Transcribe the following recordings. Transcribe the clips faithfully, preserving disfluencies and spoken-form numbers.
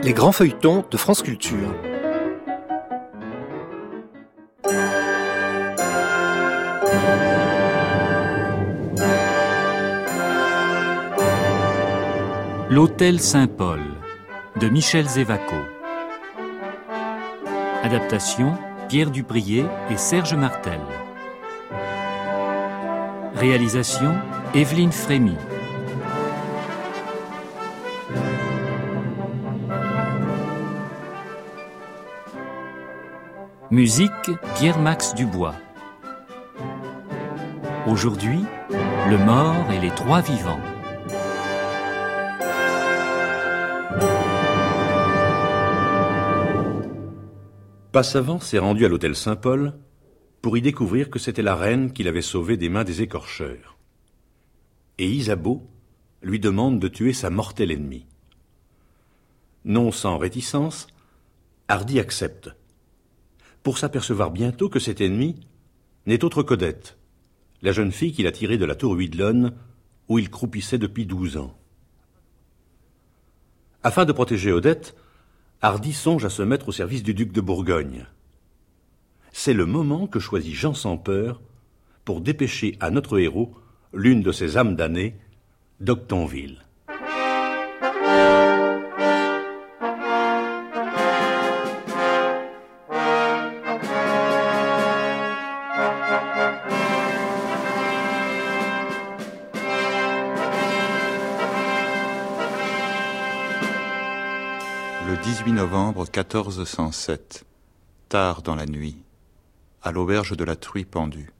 Les grands feuilletons de France Culture. L'Hôtel Saint-Paul de Michel Zévaco. Adaptation Pierre Duprier et Serge Martel. Réalisation Evelyne Frémy. Musique Pierre-Max Dubois. Aujourd'hui, le mort et les trois vivants. Passavant s'est rendu à l'hôtel Saint-Paul pour y découvrir que c'était la reine qui l'avait sauvé des mains des écorcheurs. Et Isabeau lui demande de tuer sa mortelle ennemie. Non sans réticence, Hardy accepte, pour s'apercevoir bientôt que cet ennemi n'est autre qu'Odette, la jeune fille qu'il a tirée de la tour Huidlone où il croupissait depuis douze ans. Afin de protéger Odette, Hardy songe à se mettre au service du duc de Bourgogne. C'est le moment que choisit Jean sans peur pour dépêcher à notre héros l'une de ses âmes damnées, d'Octonville. Le dix-huit novembre quatorze cent sept, tard dans la nuit, à l'auberge de la Truie pendue.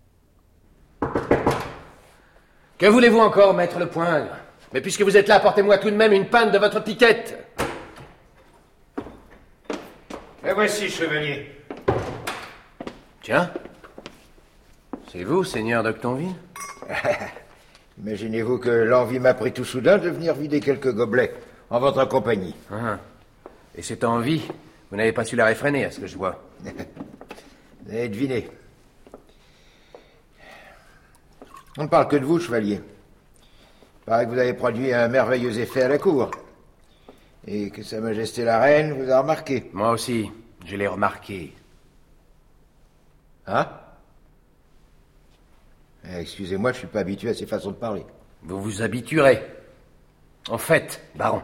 Que voulez-vous encore, maître le poingre? Mais puisque vous êtes là, apportez-moi tout de même une panne de votre piquette. Et voici, chevalier. Tiens, c'est vous, seigneur d'Octonville? Imaginez-vous que l'envie m'a pris tout soudain de venir vider quelques gobelets en votre compagnie. Ah. Et cette envie, vous n'avez pas su la réfréner, à ce que je vois. Vous avez deviné. On ne parle que de vous, chevalier. Il paraît que vous avez produit un merveilleux effet à la cour. Et que Sa Majesté la Reine vous a remarqué. Moi aussi, je l'ai remarqué. Hein? Excusez-moi, je ne suis pas habitué à ces façons de parler. Vous vous habituerez. En fait, baron.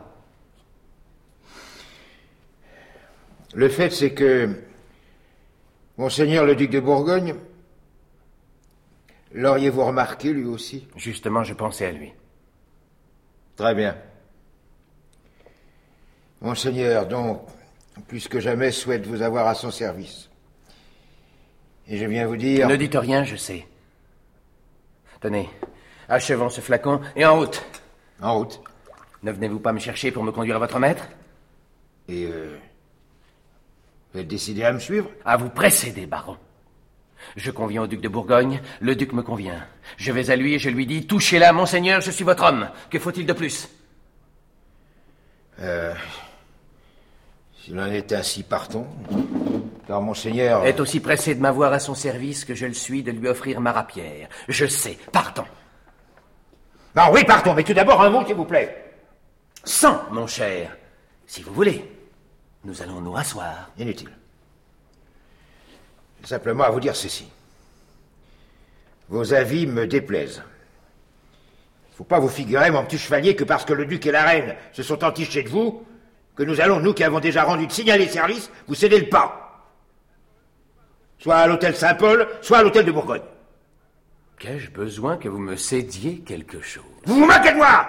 Le fait, c'est que Monseigneur le duc de Bourgogne, l'auriez-vous remarqué, lui aussi? Justement, je pensais à lui. Très bien. Monseigneur, donc, plus que jamais, souhaite vous avoir à son service. Et je viens vous dire... Ne dites rien, je sais. Tenez, achevons ce flacon et en route. En route. Ne venez-vous pas me chercher pour me conduire à votre maître? Et euh... vous êtes décidé à me suivre? À vous précéder, baron. Je conviens au duc de Bourgogne, le duc me convient. Je vais à lui et je lui dis, touchez-la, monseigneur, je suis votre homme. Que faut-il de plus? Euh... S'il en est ainsi, partons. Car monseigneur... est aussi pressé de m'avoir à son service que je le suis de lui offrir ma rapière. Je sais, partons. Ah oui, partons, mais tout d'abord un mot, s'il vous plaît. Sans, mon cher, si vous voulez. Nous allons nous rasseoir. Inutile. J'ai simplement à vous dire ceci. Vos avis me déplaisent. Il ne faut pas vous figurer, mon petit chevalier, que parce que le duc et la reine se sont entichés de vous, que nous allons, nous qui avons déjà rendu de signaler service, vous céder le pas. Soit à l'hôtel Saint-Paul, soit à l'hôtel de Bourgogne. Qu'ai-je besoin que vous me cédiez quelque chose? Vous vous moquez de moi!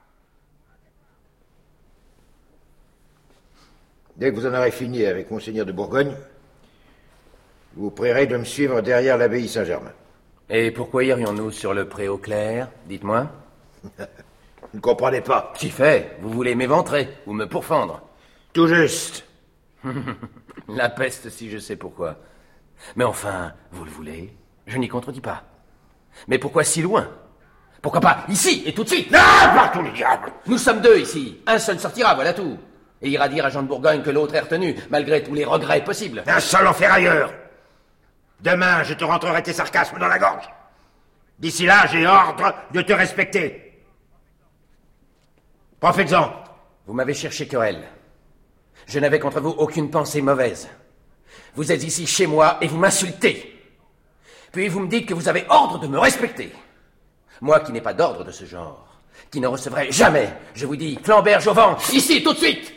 Dès que vous en aurez fini avec Monseigneur de Bourgogne, vous vous prierez de me suivre derrière l'abbaye Saint-Germain. Et pourquoi irions-nous sur le pré au clair? Dites-moi. Vous ne comprenez pas. Si fait, vous voulez m'éventrer ou me pourfendre. Tout juste. La peste si je sais pourquoi. Mais enfin, vous le voulez, je n'y contredis pas. Mais pourquoi si loin? Pourquoi pas ici et tout de suite? Non, partons les diables! Nous sommes deux ici, un seul sortira, voilà tout. Et ira dire à Jean de Bourgogne que l'autre est retenu, malgré tous les regrets possibles. Un seul en ferrailleur. Demain, je te rentrerai tes sarcasmes dans la gorge. D'ici là, j'ai ordre de te respecter. Profitez-en. Vous m'avez cherché querelle. Je n'avais contre vous aucune pensée mauvaise. Vous êtes ici chez moi et vous m'insultez. Puis vous me dites que vous avez ordre de me respecter. Moi qui n'ai pas d'ordre de ce genre, qui ne recevrai jamais, je vous dis, Flamberge au vent, ici, tout de suite.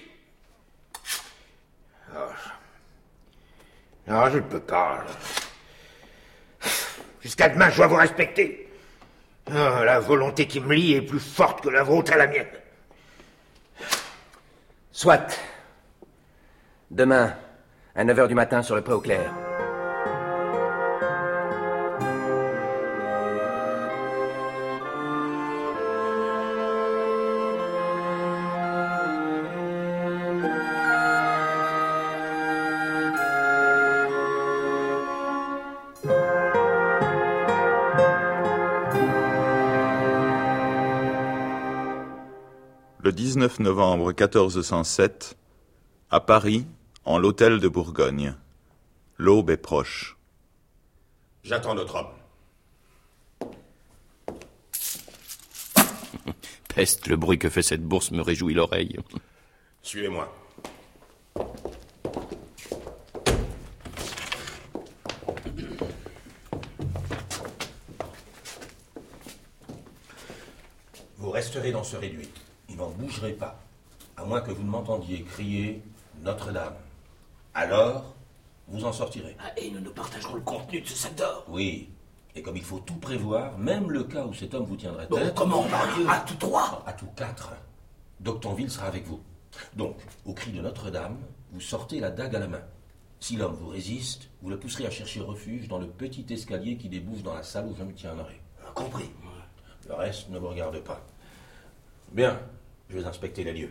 Non, je ne peux pas. Jusqu'à demain, je dois vous respecter. Oh, la volonté qui me lie est plus forte que la vôtre et la mienne. Soit. Demain, à neuf heures du matin sur le pré au clair. Le dix-neuf novembre quatorze cent sept, à Paris, en l'hôtel de Bourgogne. L'aube est proche. J'attends notre homme. Peste, le bruit que fait cette bourse me réjouit l'oreille. Suivez-moi. Vous resterez dans ce réduit. Vous n'en bougerez pas, à moins que vous ne m'entendiez crier Notre-Dame. Alors, vous en sortirez. Ah, et nous nous partagerons le contenu de ce sac d'or. Oui, et comme il faut tout prévoir, même le cas où cet homme vous tiendrait Bon, tête... comment, Mario? À tous trois? À tous quatre. Doctonville sera avec vous. Donc, au cri de Notre-Dame, vous sortez la dague à la main. Si l'homme vous résiste, vous le pousserez à chercher refuge dans le petit escalier qui débouche dans la salle où je me tiendrai. Compris. Le reste ne vous regarde pas. Bien, je vais inspecter les lieux.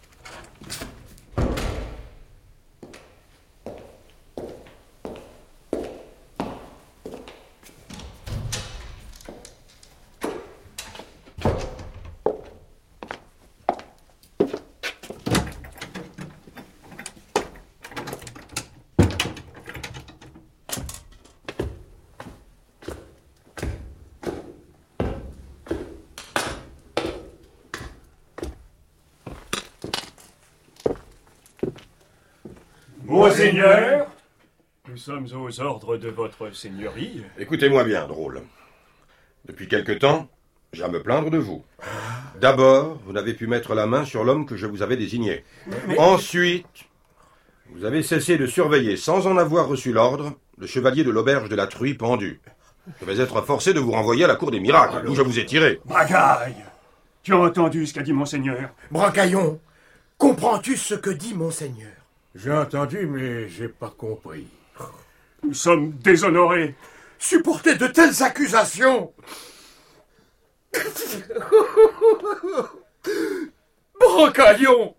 Monseigneur, nous sommes aux ordres de votre seigneurie. Écoutez-moi bien, drôle. Depuis quelque temps, j'ai à me plaindre de vous. D'abord, vous n'avez pu mettre la main sur l'homme que je vous avais désigné. Mais... Ensuite, vous avez cessé de surveiller, sans en avoir reçu l'ordre, le chevalier de l'auberge de la Truie pendu. Je vais être forcé de vous renvoyer à la cour des miracles, d'où je vous ai tiré. Bracaille, tu as entendu ce qu'a dit Monseigneur? Brancaillon, comprends-tu ce que dit Monseigneur? J'ai entendu, mais j'ai pas compris. Nous sommes déshonorés. Supporter de telles accusations. Brancaillon,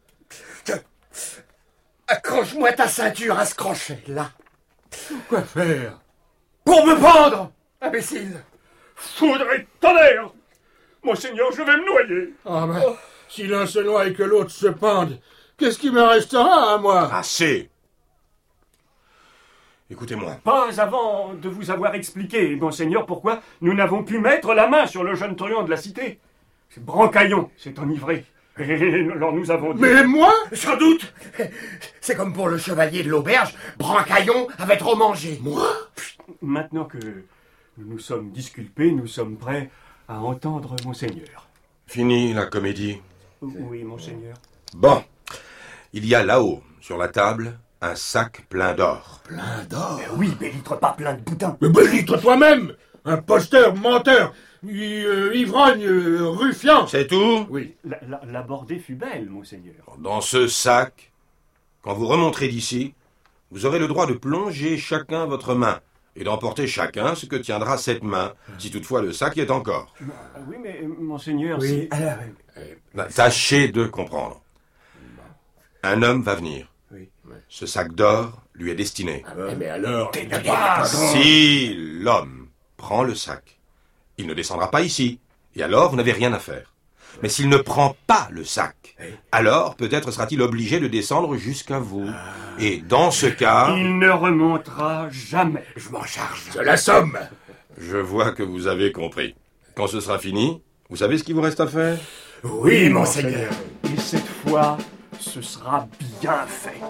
accroche-moi ta ceinture à ce crochet, là. Quoi faire? Pour me pendre, imbécile. Foudre et tonnerre. Monseigneur, je vais me noyer. Ah ben, oh. Si l'un se noie et que l'autre se pende, qu'est-ce qui me restera à moi? Assez. Écoutez-moi. Pas avant de vous avoir expliqué, Monseigneur, pourquoi nous n'avons pu mettre la main sur le jeune truand de la cité. C'est Brancaillon s'est enivré. Et alors nous avons dit... Mais moi? Sans doute. C'est comme pour le chevalier de l'auberge. Brancaillon avait trop mangé. Moi? Maintenant que nous nous sommes disculpés, nous sommes prêts à entendre Monseigneur. Fini la comédie? Oui, Monseigneur. Bon. Il y a là-haut, sur la table, un sac plein d'or. Plein d'or? Oui, Bélitre, pas plein de boudin. Mais Bélitre toi-même! Un posteur, menteur, euh, ivrogne, euh, ruffian. C'est tout? Oui. La, la, la bordée fut belle, Monseigneur. Dans ce sac, quand vous remonterez d'ici, vous aurez le droit de plonger chacun votre main et d'emporter chacun ce que tiendra cette main, si toutefois le sac y est encore. Ah, oui, mais, Monseigneur... Oui, si... alors... Euh, Tâchez de comprendre. Un homme va venir. Oui. Ce sac d'or lui est destiné. Ah ben, mais alors... Si l'homme prend le sac, il ne descendra pas ici, et alors vous n'avez rien à faire. Mais s'il ne prend pas le sac, alors peut-être sera-t-il obligé de descendre jusqu'à vous. Et dans ce cas... Il ne remontera jamais. Je m'en charge. Je l'assomme. Je vois que vous avez compris. Quand ce sera fini, vous savez ce qu'il vous reste à faire? Oui, Monseigneur. Et cette fois, ce sera bien fait.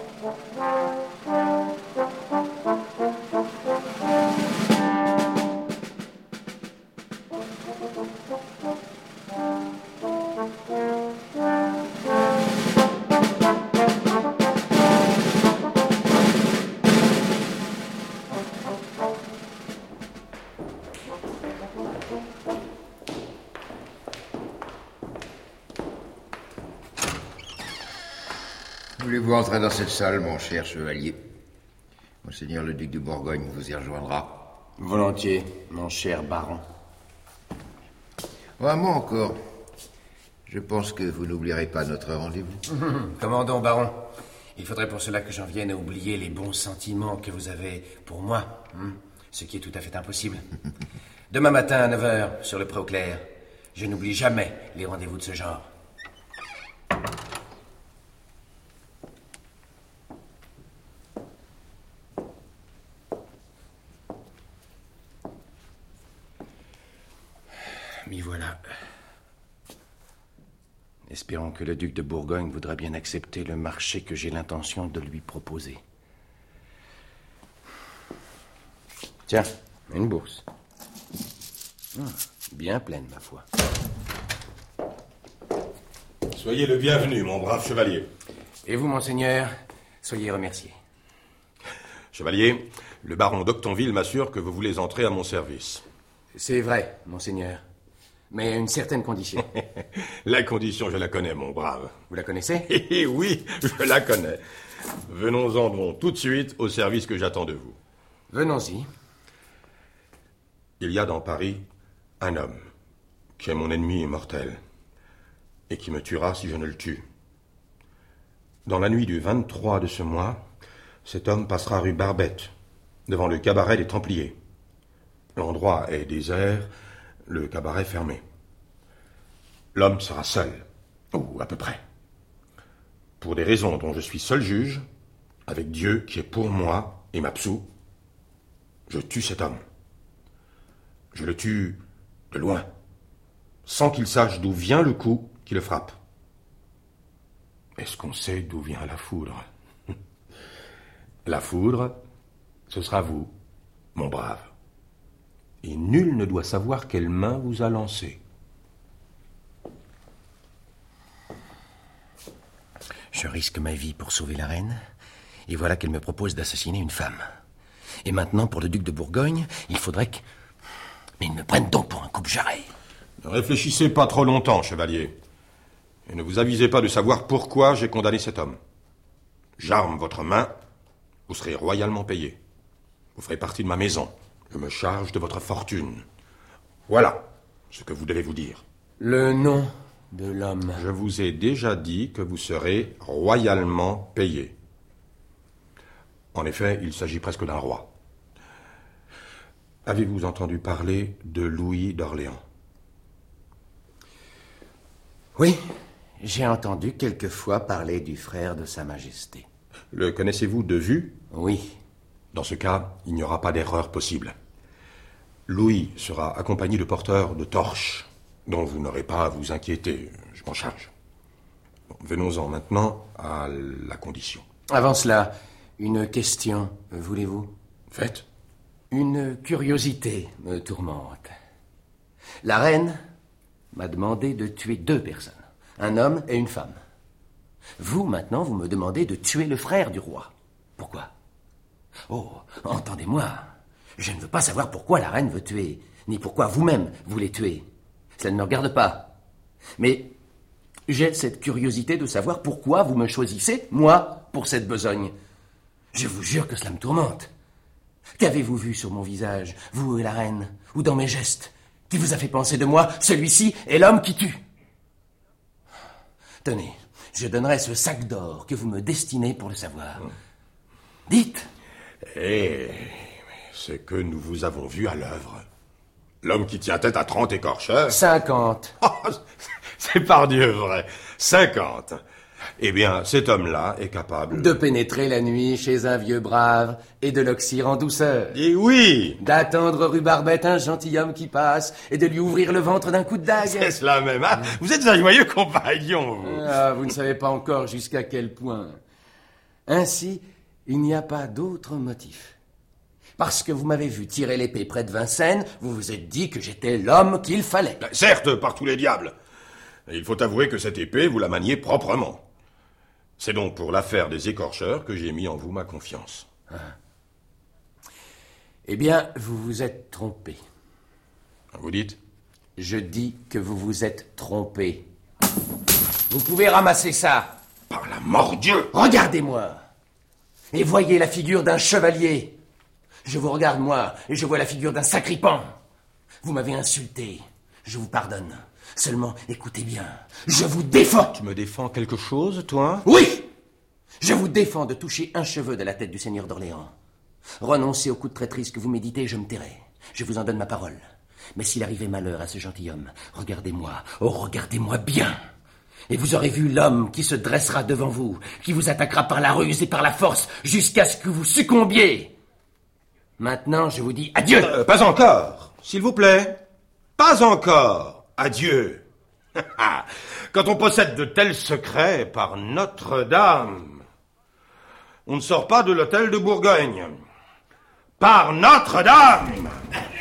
Voulez-vous entrer dans cette salle, mon cher chevalier? Monseigneur le duc de Bourgogne vous y rejoindra. Volontiers, mon cher baron. Oh, un mot encore. Je pense que vous n'oublierez pas notre rendez-vous. Commandons, baron. Il faudrait pour cela que j'en vienne à oublier les bons sentiments que vous avez pour moi, hein, ce qui est tout à fait impossible. Demain matin à neuf heures, sur le pré au clair, je n'oublie jamais les rendez-vous de ce genre. M'y voilà. Espérons que le duc de Bourgogne voudra bien accepter le marché que j'ai l'intention de lui proposer. Tiens, une bourse. Hum, bien pleine, ma foi. Soyez le bienvenu, mon brave chevalier. Et vous, monseigneur, soyez remercié. Chevalier, le baron d'Octonville m'assure que vous voulez entrer à mon service. C'est vrai, monseigneur. Mais à une certaine condition. La condition, je la connais, mon brave. Vous la connaissez? Eh oui, je la connais. Venons-en donc tout de suite au service que j'attends de vous. Venons-y. Il y a dans Paris un homme qui est mon ennemi immortel et qui me tuera si je ne le tue. Dans la nuit du vingt-trois de ce mois, cet homme passera rue Barbette, devant le cabaret des Templiers. L'endroit est désert, le cabaret fermé. L'homme sera seul, ou à peu près. Pour des raisons dont je suis seul juge, avec Dieu qui est pour moi et m'absout, je tue cet homme. Je le tue de loin, sans qu'il sache d'où vient le coup qui le frappe. Est-ce qu'on sait d'où vient la foudre? La foudre, ce sera vous, mon brave. Et nul ne doit savoir quelle main vous a lancé. Je risque ma vie pour sauver la reine, et voilà qu'elle me propose d'assassiner une femme. Et maintenant, pour le duc de Bourgogne, il faudrait que... Mais il me prenne donc pour un coupe-jarret. Ne réfléchissez pas trop longtemps, chevalier. Et ne vous avisez pas de savoir pourquoi j'ai condamné cet homme. J'arme votre main, vous serez royalement payé. Vous ferez partie de ma maison. Je me charge de votre fortune. Voilà ce que vous devez vous dire. Le nom de l'homme. Je vous ai déjà dit que vous serez royalement payé. En effet, il s'agit presque d'un roi. Avez-vous entendu parler de Louis d'Orléans? Oui, j'ai entendu quelquefois parler du frère de Sa Majesté. Le connaissez-vous de vue? Oui. Dans ce cas, il n'y aura pas d'erreur possible. Louis sera accompagné de porteurs de torches, dont vous n'aurez pas à vous inquiéter. Je m'en charge. Bon, venons-en maintenant à la condition. Avant cela, une question, voulez-vous? Faites. Une curiosité me tourmente. La reine m'a demandé de tuer deux personnes, un homme et une femme. Vous, maintenant, vous me demandez de tuer le frère du roi. Pourquoi? Oh, entendez-moi. Je ne veux pas savoir pourquoi la reine veut tuer, ni pourquoi vous-même voulez tuer. Cela ne me regarde pas. Mais j'ai cette curiosité de savoir pourquoi vous me choisissez, moi, pour cette besogne. Je vous jure que cela me tourmente. Qu'avez-vous vu sur mon visage, vous et la reine, ou dans mes gestes, qui vous a fait penser de moi, celui-ci est l'homme qui tue? Tenez, je donnerai ce sac d'or que vous me destinez pour le savoir. Dites. Eh, c'est que nous vous avons vu à l'œuvre. L'homme qui tient tête à trente écorcheurs. Cinquante. Oh, c'est par Dieu vrai. Cinquante. Eh bien, cet homme-là est capable... De pénétrer la nuit chez un vieux brave et de l'oxyre en douceur. Et oui! D'attendre rue Barbette un gentilhomme qui passe et de lui ouvrir le ventre d'un coup de dague. C'est cela même, hein? Vous êtes un joyeux compagnon, vous. Ah, vous ne savez pas encore jusqu'à quel point. Ainsi, il n'y a pas d'autre motif. Parce que vous m'avez vu tirer l'épée près de Vincennes, vous vous êtes dit que j'étais l'homme qu'il fallait. Certes, par tous les diables. Il faut avouer que cette épée, vous la maniez proprement. C'est donc pour l'affaire des écorcheurs que j'ai mis en vous ma confiance. Ah. Eh bien, vous vous êtes trompé. Vous dites? Je dis que vous vous êtes trompé. Vous pouvez ramasser ça. Par la mordieu! Regardez-moi. Et voyez la figure d'un chevalier. Je vous regarde, moi, et je vois la figure d'un sacripant. Vous m'avez insulté. Je vous pardonne. Seulement, écoutez bien, je vous défends. Tu me défends quelque chose, toi? Oui! Je vous défends de toucher un cheveu de la tête du seigneur d'Orléans. Renoncez au coup de traîtrise que vous méditez et je me tairai. Je vous en donne ma parole. Mais s'il arrivait malheur à ce gentilhomme, regardez-moi, oh regardez-moi bien. Et vous aurez vu l'homme qui se dressera devant vous, qui vous attaquera par la ruse et par la force, jusqu'à ce que vous succombiez. Maintenant, je vous dis adieu. Euh, pas encore, s'il vous plaît. Pas encore. Adieu. Quand on possède de tels secrets, par Notre-Dame, on ne sort pas de l'hôtel de Bourgogne. Par Notre-Dame.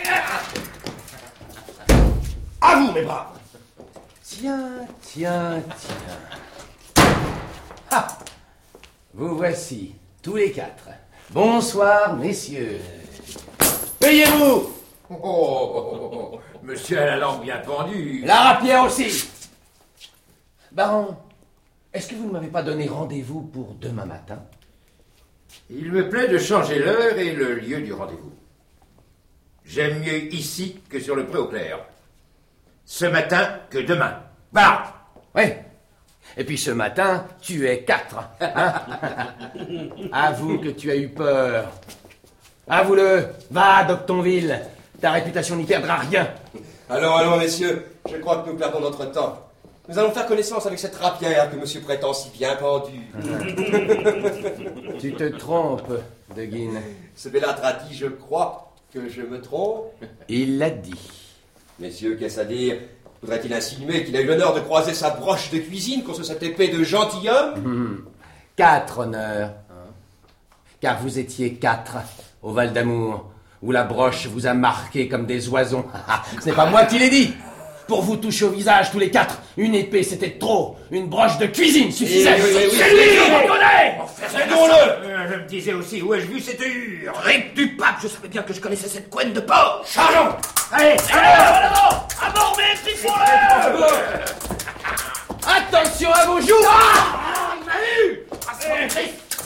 À vous, mes braves. Tiens, tiens, tiens. Ah! Vous voici, tous les quatre. Bonsoir, messieurs. Payez-vous! Oh, oh, oh, oh, monsieur a la langue bien pendue. La rapière aussi. Baron, est-ce que vous ne m'avez pas donné rendez-vous pour demain matin? Il me plaît de changer l'heure et le lieu du rendez-vous. J'aime mieux ici que sur le pré au clair. Ce matin que demain. Voilà. Oui. Et puis ce matin, tu es quatre. Hein? Avoue que tu as eu peur. Avoue-le. Va, Doctonville. Ta réputation n'y perdra rien. Allons, allons, messieurs. Je crois que nous perdons notre temps. Nous allons faire connaissance avec cette rapière que monsieur prétend si bien pendue. Tu te trompes, De Guine. Ce bellâtre a dit, je crois, que je me trompe. Il l'a dit. Messieurs, qu'est-ce à dire? Voudrait-il insinuer qu'il a eu l'honneur de croiser sa broche de cuisine contre cette épée de gentilhomme? Mmh. Quatre honneurs. Hein? Car vous étiez quatre au Val d'Amour, où la broche vous a marqué comme des oisons. Ce n'est pas moi qui l'ai dit. Pour vous toucher au visage, tous les quatre, une épée, c'était trop. Une broche de cuisine suffisait. Oui, oui, oui, oui, c'est lui, oui, on oui. le connaît. Fais-le. Je me disais aussi, où ai-je vu cette hure? Rip du pape, je savais bien que je connaissais cette couenne de porc. Chargeons. Allez, allez, à bord, mais triffons-le. Attention à vos joues. Ah, il m'a eu.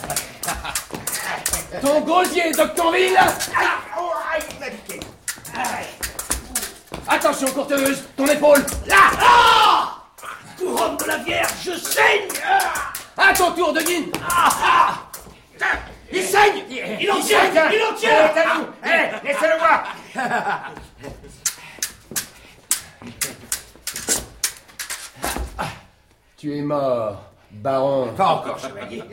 Ton gosier, Doctonville. Oh, il m'a piqué. Attention, courteuse, ton épaule. Là. Ah, couronne de la Vierge, je saigne. À ton tour, De Guine. Ah, ah. Il saigne. Il en tient. Il en tient. Allez, laissez-le voir. Tu es mort, baron. Pas encore, chevalier.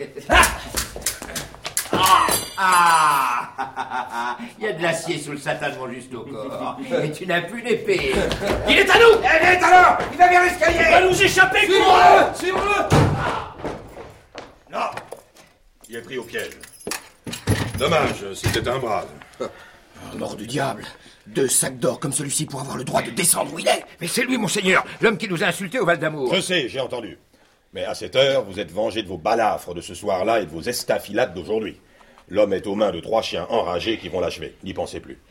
Ah, il y a de l'acier sous le satin de mon juste au corps. Et tu n'as plus d'épée. Il est à nous. Il est alors. Il va vers l'escalier. Il va nous échapper. Suivons-le. Suivons-le. Non. Il est pris au piège. Dommage, c'était un brave. Mort du diable. Deux sacs d'or comme celui-ci pour avoir le droit de descendre où il est. Mais c'est lui, monseigneur, l'homme qui nous a insultés au Val d'Amour. Je sais, j'ai entendu. Mais à cette heure, vous êtes vengé de vos balafres de ce soir-là et de vos estafilades d'aujourd'hui. L'homme est aux mains de trois chiens enragés qui vont l'achever. N'y pensez plus.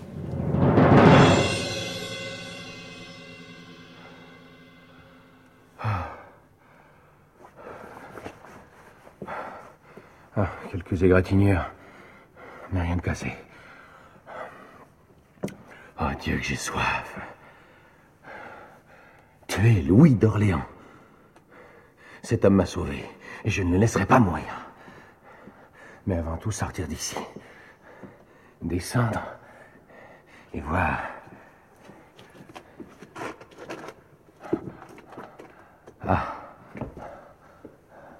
Ah, quelques égratignures, mais rien de cassé. Oh Dieu, que j'ai soif. Tuer Louis d'Orléans. Cet homme m'a sauvé, et je ne le laisserai pas mourir. Mais avant tout, sortir d'ici. Descendre. Et voir. Ah.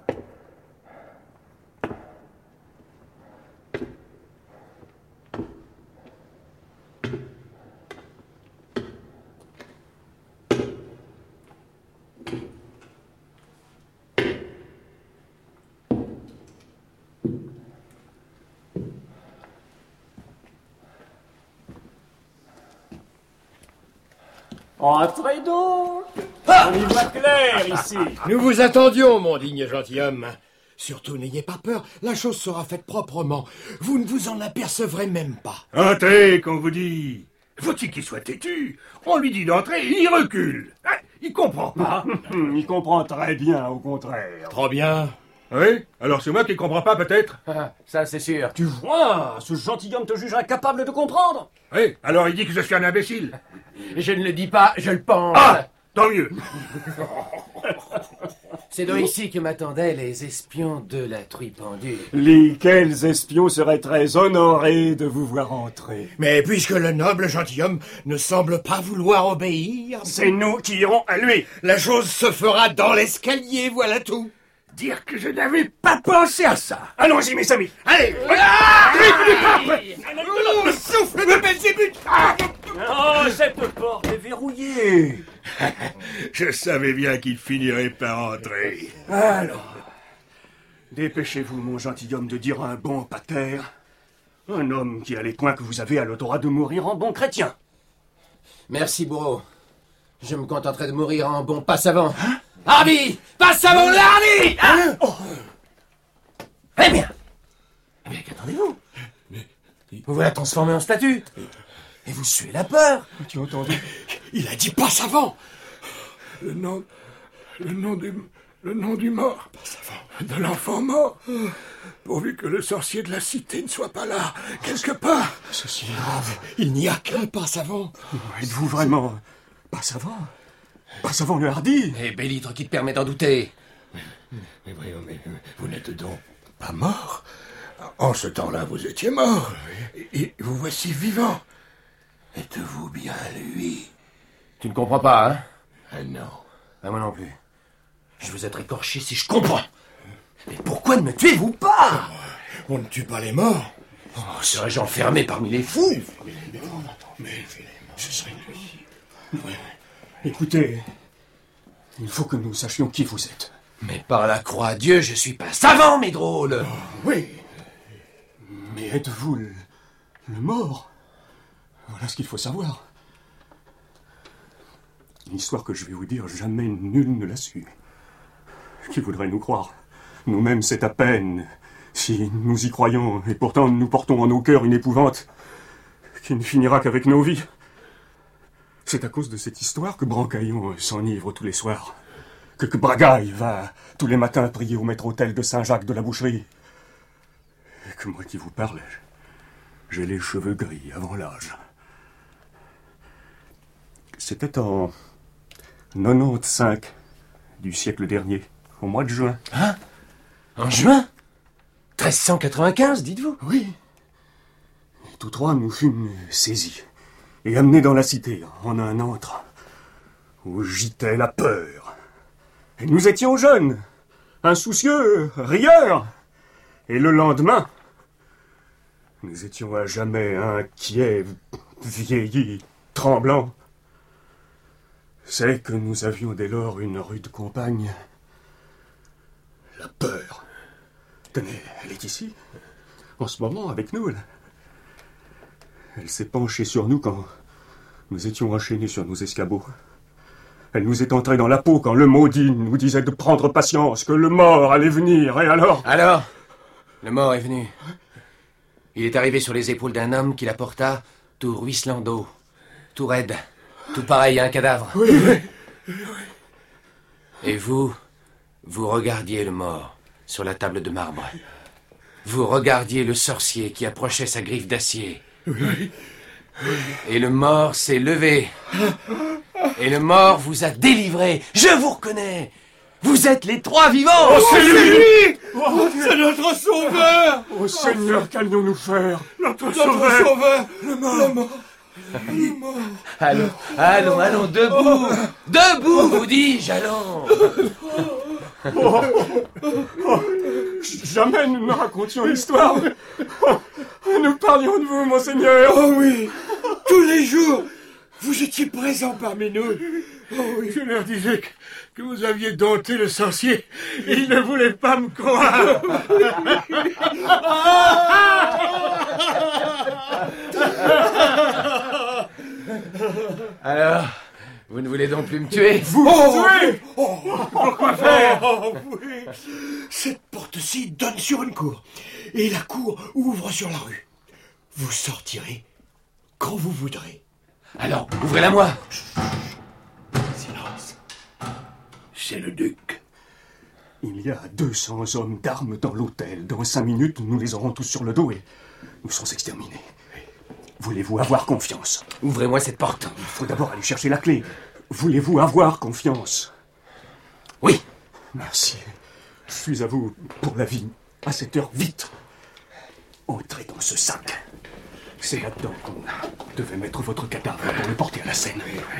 Entrez donc. On y voit clair ici. Nous vous attendions, mon digne gentilhomme. Surtout, n'ayez pas peur, la chose sera faite proprement. Vous ne vous en apercevrez même pas. Entrez, qu'on vous dit. Faut-il qu'il soit têtu? On lui dit d'entrer, il recule. Ah, il comprend pas. Il comprend très bien, au contraire. Trop bien. Oui? Alors c'est moi qui comprends pas, peut-être? Ah, ça, c'est sûr. Tu vois, ce gentilhomme te juge incapable de comprendre. Oui, alors il dit que je suis un imbécile. Je ne le dis pas, je le pense. Ah! Tant mieux. C'est donc ici que m'attendaient les espions de la truie pendue. Lesquels espions seraient très honorés de vous voir entrer. Mais puisque le noble gentilhomme ne semble pas vouloir obéir... C'est nous qui irons à lui. La chose se fera dans l'escalier, voilà tout. Dire que je n'avais pas pensé à ça. Allons-y, mes amis. Allez, ah oh, souffle de Belzébuth. Ah oh, cette porte est verrouillée. Je savais bien qu'il finirait par entrer. Alors, dépêchez-vous, mon gentilhomme, de dire un bon pater. Un homme qui a les points que vous avez a le droit de mourir en bon chrétien. Merci, bourreau. Je me contenterai de mourir en bon passe-avant. Hein? Hardy! Passe-avant le Hardy! Hein? Oh. Eh bien! Eh bien, qu'attendez-vous? Vous voilà transformé en statue. Et vous suez la peur. Tu as entendu? Il a dit passe-avant. Le nom... Le nom du... Le nom du mort. De l'enfant mort. Pourvu que le sorcier de la cité ne soit pas là, quelque part. Ceci est grave. Il n'y a qu'un passe-avant. Êtes-vous vraiment... Passe-avant? Passe-avant le Hardy? Et Bélitre qui te permet d'en douter. Mais, mais voyons, mais vous n'êtes donc pas mort? En ce temps-là, vous étiez mort. Et vous voici vivant. Êtes-vous bien lui? Tu ne comprends pas, hein? Ah non. Ah, moi non plus. Je vous être écorché si je comprends. Mais pourquoi ne me tuez-vous pas? On ne tue pas les morts. Oh, serais-je enfermé parmi les fous? Mais ce serait lui. Écoutez, il faut que nous sachions qui vous êtes. Mais par la croix à Dieu, je suis pas savant, mes drôles. Oh, oui. Mais êtes-vous le, le mort? Voilà ce qu'il faut savoir. Une histoire que je vais vous dire, jamais nul ne l'a su. Qui voudrait nous croire? Nous-mêmes, c'est à peine si nous y croyons, et pourtant nous portons en nos cœurs une épouvante qui ne finira qu'avec nos vies. C'est à cause de cette histoire que Brancaillon s'enivre tous les soirs, que, que Bragaille va tous les matins prier au maître-autel de Saint-Jacques de la Boucherie, et que moi qui vous parle, j'ai les cheveux gris avant l'âge. C'était en quatre-vingt-quinze du siècle dernier, au mois de juin. Hein? En juin? treize cent quatre-vingt-quinze, dites-vous? Oui. Et tous trois, nous fûmes saisis et amenés dans la cité, en un antre, où gitait la peur. Et nous étions jeunes, insoucieux, rieurs. Et le lendemain, nous étions à jamais inquiets, vieillis, tremblants. C'est que nous avions dès lors une rude compagne, la peur. Tenez, elle est ici, en ce moment, avec nous. Elle, elle s'est penchée sur nous quand nous étions enchaînés sur nos escabeaux. Elle nous est entrée dans la peau quand le maudit nous disait de prendre patience, que le mort allait venir, et alors... Alors, le mort est venu. Il est arrivé sur les épaules d'un homme qui la porta, tout ruisselant d'eau, tout raide, tout pareil à un cadavre. Oui, oui, oui. Et vous, vous regardiez le mort sur la table de marbre. Vous regardiez le sorcier qui approchait sa griffe d'acier. Oui. Et le mort s'est levé. Et le mort vous a délivré. Je vous reconnais. Vous êtes les trois vivants. Oh, c'est lui. Oh, c'est notre sauveur. Oh Seigneur, qu'allions-nous faire? Notre, notre sauveur. sauveur. Le mort. Le mort. Le mort. Allons, allons, allons, debout. Debout, vous dis-je, allons. Oh, oh, jamais nous ne racontions l'histoire. Nous parlions de vous, monseigneur. Oh oui, tous les jours, vous étiez présent parmi nous. Oh oui. Je leur disais que, que vous aviez dompté le sorcier. Ils ne voulaient pas me croire. Alors, Vous ne voulez donc plus me tuer? Vous Oh, me tuez oh, pourquoi faire? Oh, oui. Cette porte-ci donne sur une cour. Et la cour ouvre sur la rue. Vous sortirez quand vous voudrez. Alors, ouvrez-la moi. Silence. C'est le duc. Il y a deux cents hommes d'armes dans l'hôtel. Dans cinq minutes, nous les aurons tous sur le dos et nous serons exterminés. Voulez-vous avoir confiance? Ouvrez-moi cette porte. Il faut d'abord aller chercher la clé. Voulez-vous avoir confiance? Oui. Merci. Je suis à vous pour la vie. À cette heure, vite. Entrez dans ce sac. C'est là-dedans qu'on devait mettre votre cadavre pour le porter à la Seine.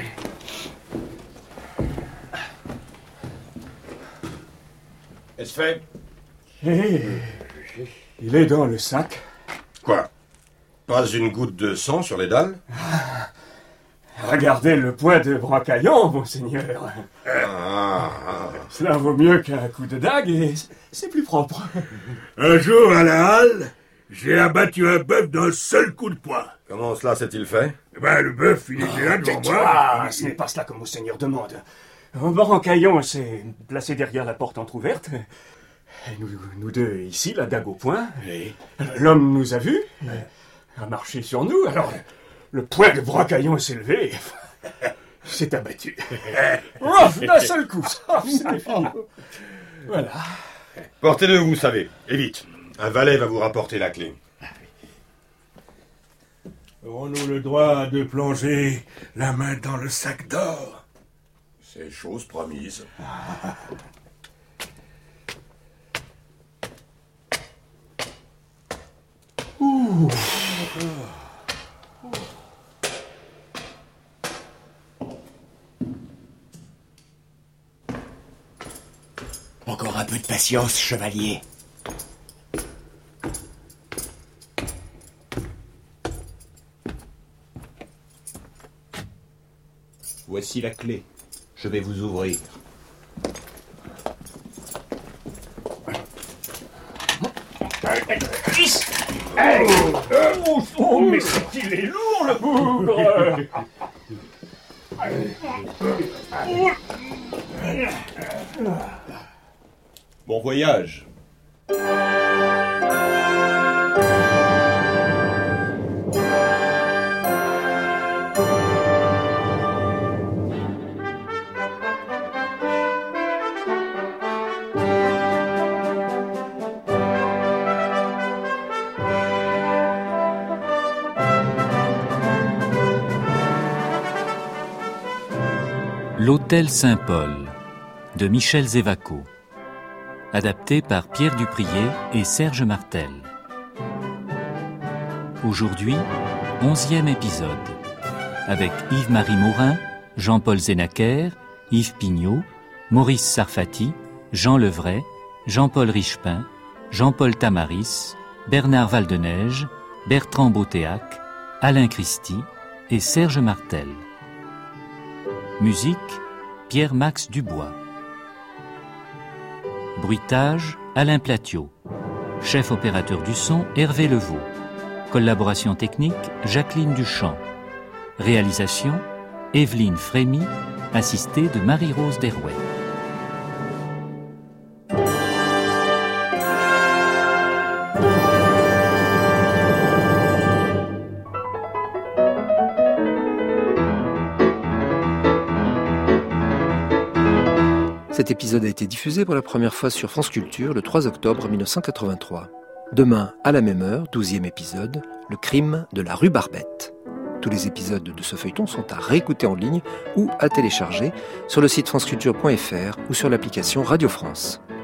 Est-ce fait? Hé, il est dans le sac. Quoi? Pas une goutte de sang sur les dalles? Regardez le point de Brancaillon, monseigneur. Ah, ah. Cela vaut mieux qu'un coup de dague et c'est plus propre. Un jour, à la halle, j'ai abattu un bœuf d'un seul coup de poing. Comment cela s'est-il fait? Eh ben, le bœuf, il était là devant moi. Ah, ce n'est pas cela que monseigneur demande. Brancaillon s'est placé derrière la porte entr'ouverte. Et nous, nous deux ici, la dague au poing. L'homme nous a vus, a marché sur nous. Alors, le poing de Brancaillon s'est levé. S'est abattu. Ouf, d'un seul coup. C'était fini. Voilà. Portez-le, vous savez. Et vite. Un valet va vous rapporter la clé. Aurons-nous le droit de plonger la main dans le sac d'or? C'est chose promise. Ouh. Encore un peu de patience, chevalier. Voici la clé. Je vais vous ouvrir. Oh, oh, mais c'est qu'il est lourd, le bougre. Bon voyage. L'Hôtel Saint-Paul de Michel Zévaco, adapté par Pierre Duprier et Serge Martel. Aujourd'hui, onzième épisode, avec Yves-Marie Morin, Jean-Paul Zénaquer, Yves Pignot, Maurice Sarfati, Jean Levray, Jean-Paul Richepin, Jean-Paul Tamaris, Bernard Valdeneige, Bertrand Botéac, Alain Christie et Serge Martel. Musique, Pierre-Max Dubois. Bruitage, Alain Platiot. Chef opérateur du son, Hervé Levaux. Collaboration technique, Jacqueline Duchamp. Réalisation, Evelyne Frémy, assistée de Marie-Rose Derouet. Cet épisode a été diffusé pour la première fois sur France Culture le trois octobre mille neuf cent quatre-vingt-trois. Demain, à la même heure, douzième épisode, le crime de la rue Barbette. Tous les épisodes de ce feuilleton sont à réécouter en ligne ou à télécharger sur le site franceculture point f r ou sur l'application Radio France.